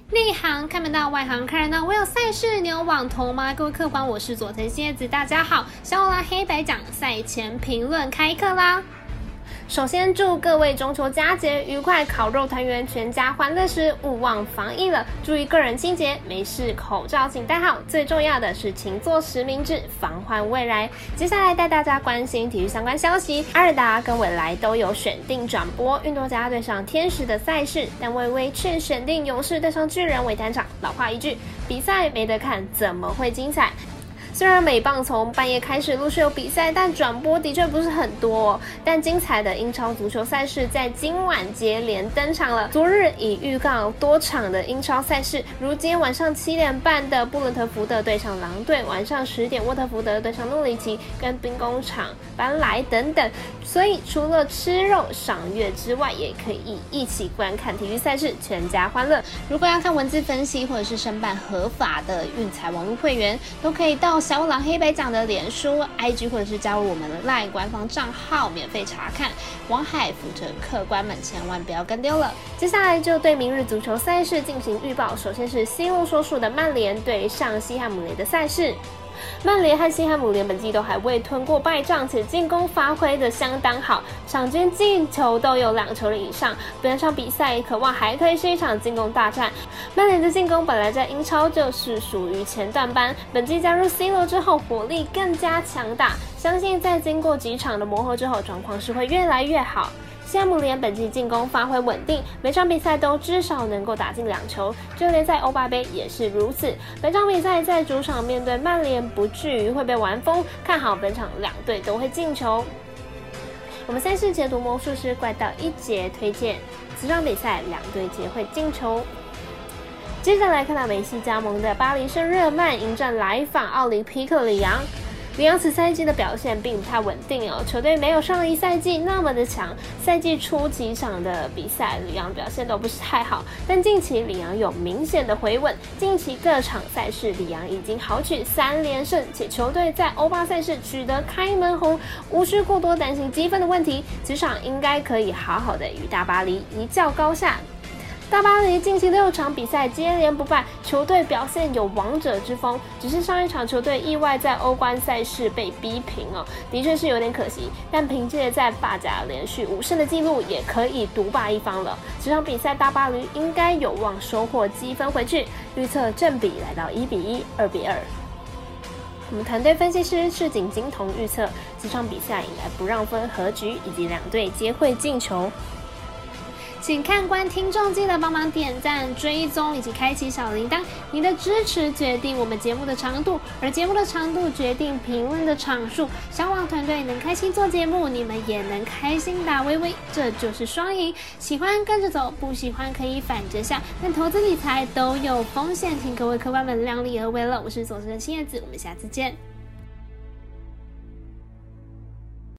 内行看门道，外行看热闹。我有赛事，你有网投吗？各位客官，我是佐藤新叶子，大家好。小欧拉黑白讲赛前评论开课啦！首先祝各位中秋佳节愉快，烤肉团圆，全家欢乐时，勿忘防疫了。注意个人清洁，没事口罩请戴好。最重要的是勤做实名制，防患未来。接下来带大家关心体育相关消息。阿尔达跟未来都有选定转播运动家对上天使的赛事，但微微却选定勇士对上巨人为单场。老话一句，比赛没得看，怎么会精彩？虽然美棒从半夜开始陆续有比赛，但转播的确不是很多哦。但精彩的英超足球赛事在今晚接连登场了。昨日已预告多场的英超赛事，如今天晚上7点半的布伦特福德对上狼队，晚上10点沃特福德对上诺里奇，跟兵工厂、班莱等等。所以除了吃肉赏月之外，也可以一起观看体育赛事，全家欢乐。如果要看文字分析或者是申办合法的运彩网络会员，都可以到小五郎黑白讲的脸书、IG 或者是加入我们的 LINE 官方账号免费查看。王海浮沉客官们千万不要跟丢了。接下来就对明日足球赛事进行预报。首先是西路所属的曼联对上西汉姆联的赛事。曼联和西汉姆联本季都还未吞过败仗，且进攻发挥的相当好，场均进球都有2球以上。本场比赛渴望还可以是一场进攻大战。曼联的进攻本来在英超就是属于前段班，本季加入 C 罗之后火力更加强大，相信在经过几场的磨合之后，状况是会越来越好。西汉姆联本季进攻发挥稳定，每场比赛都至少能够打进2球，就连在欧霸杯也是如此。本场比赛在主场面对曼联不至于会被玩疯，看好本场2队都会进球。我们赛事解读魔术师怪盗一节推荐，此场比赛2队皆会进球。接下来看到梅西加盟的巴黎圣日耳曼迎战来访奥林匹克里昂。里昂此赛季的表现并不太稳定哦，球队没有上一赛季那么的强。赛季初几场的比赛，里昂表现都不是太好，但近期里昂有明显的回稳。近期各场赛事，里昂已经豪取3连胜，且球队在欧霸赛事取得开门红，无需过多担心积分的问题。此场应该可以好好的与大巴黎一较高下。大巴黎近期6场比赛接连不败，球队表现有王者之风，只是上一场球队意外在欧冠赛事被逼平哦，的确是有点可惜。但凭借在巴甲连续5胜的记录，也可以独霸一方了。这场比赛大巴黎应该有望收获积分回去，预测正比来到1-1、2-2。我们团队分析师赤井金童预测，这场比赛应该不让分和局，以及2队皆会进球。请看官听众记得帮忙点赞、追踪以及开启小铃铛，你的支持决定我们节目的长度，而节目的长度决定评论的场数。小网团队能开心做节目，你们也能开心打微微，这就是双赢。喜欢跟着走，不喜欢可以反着下，但投资理财都有风险，请各位客官们量力而为了。我是佐藤新叶子，我们下次见。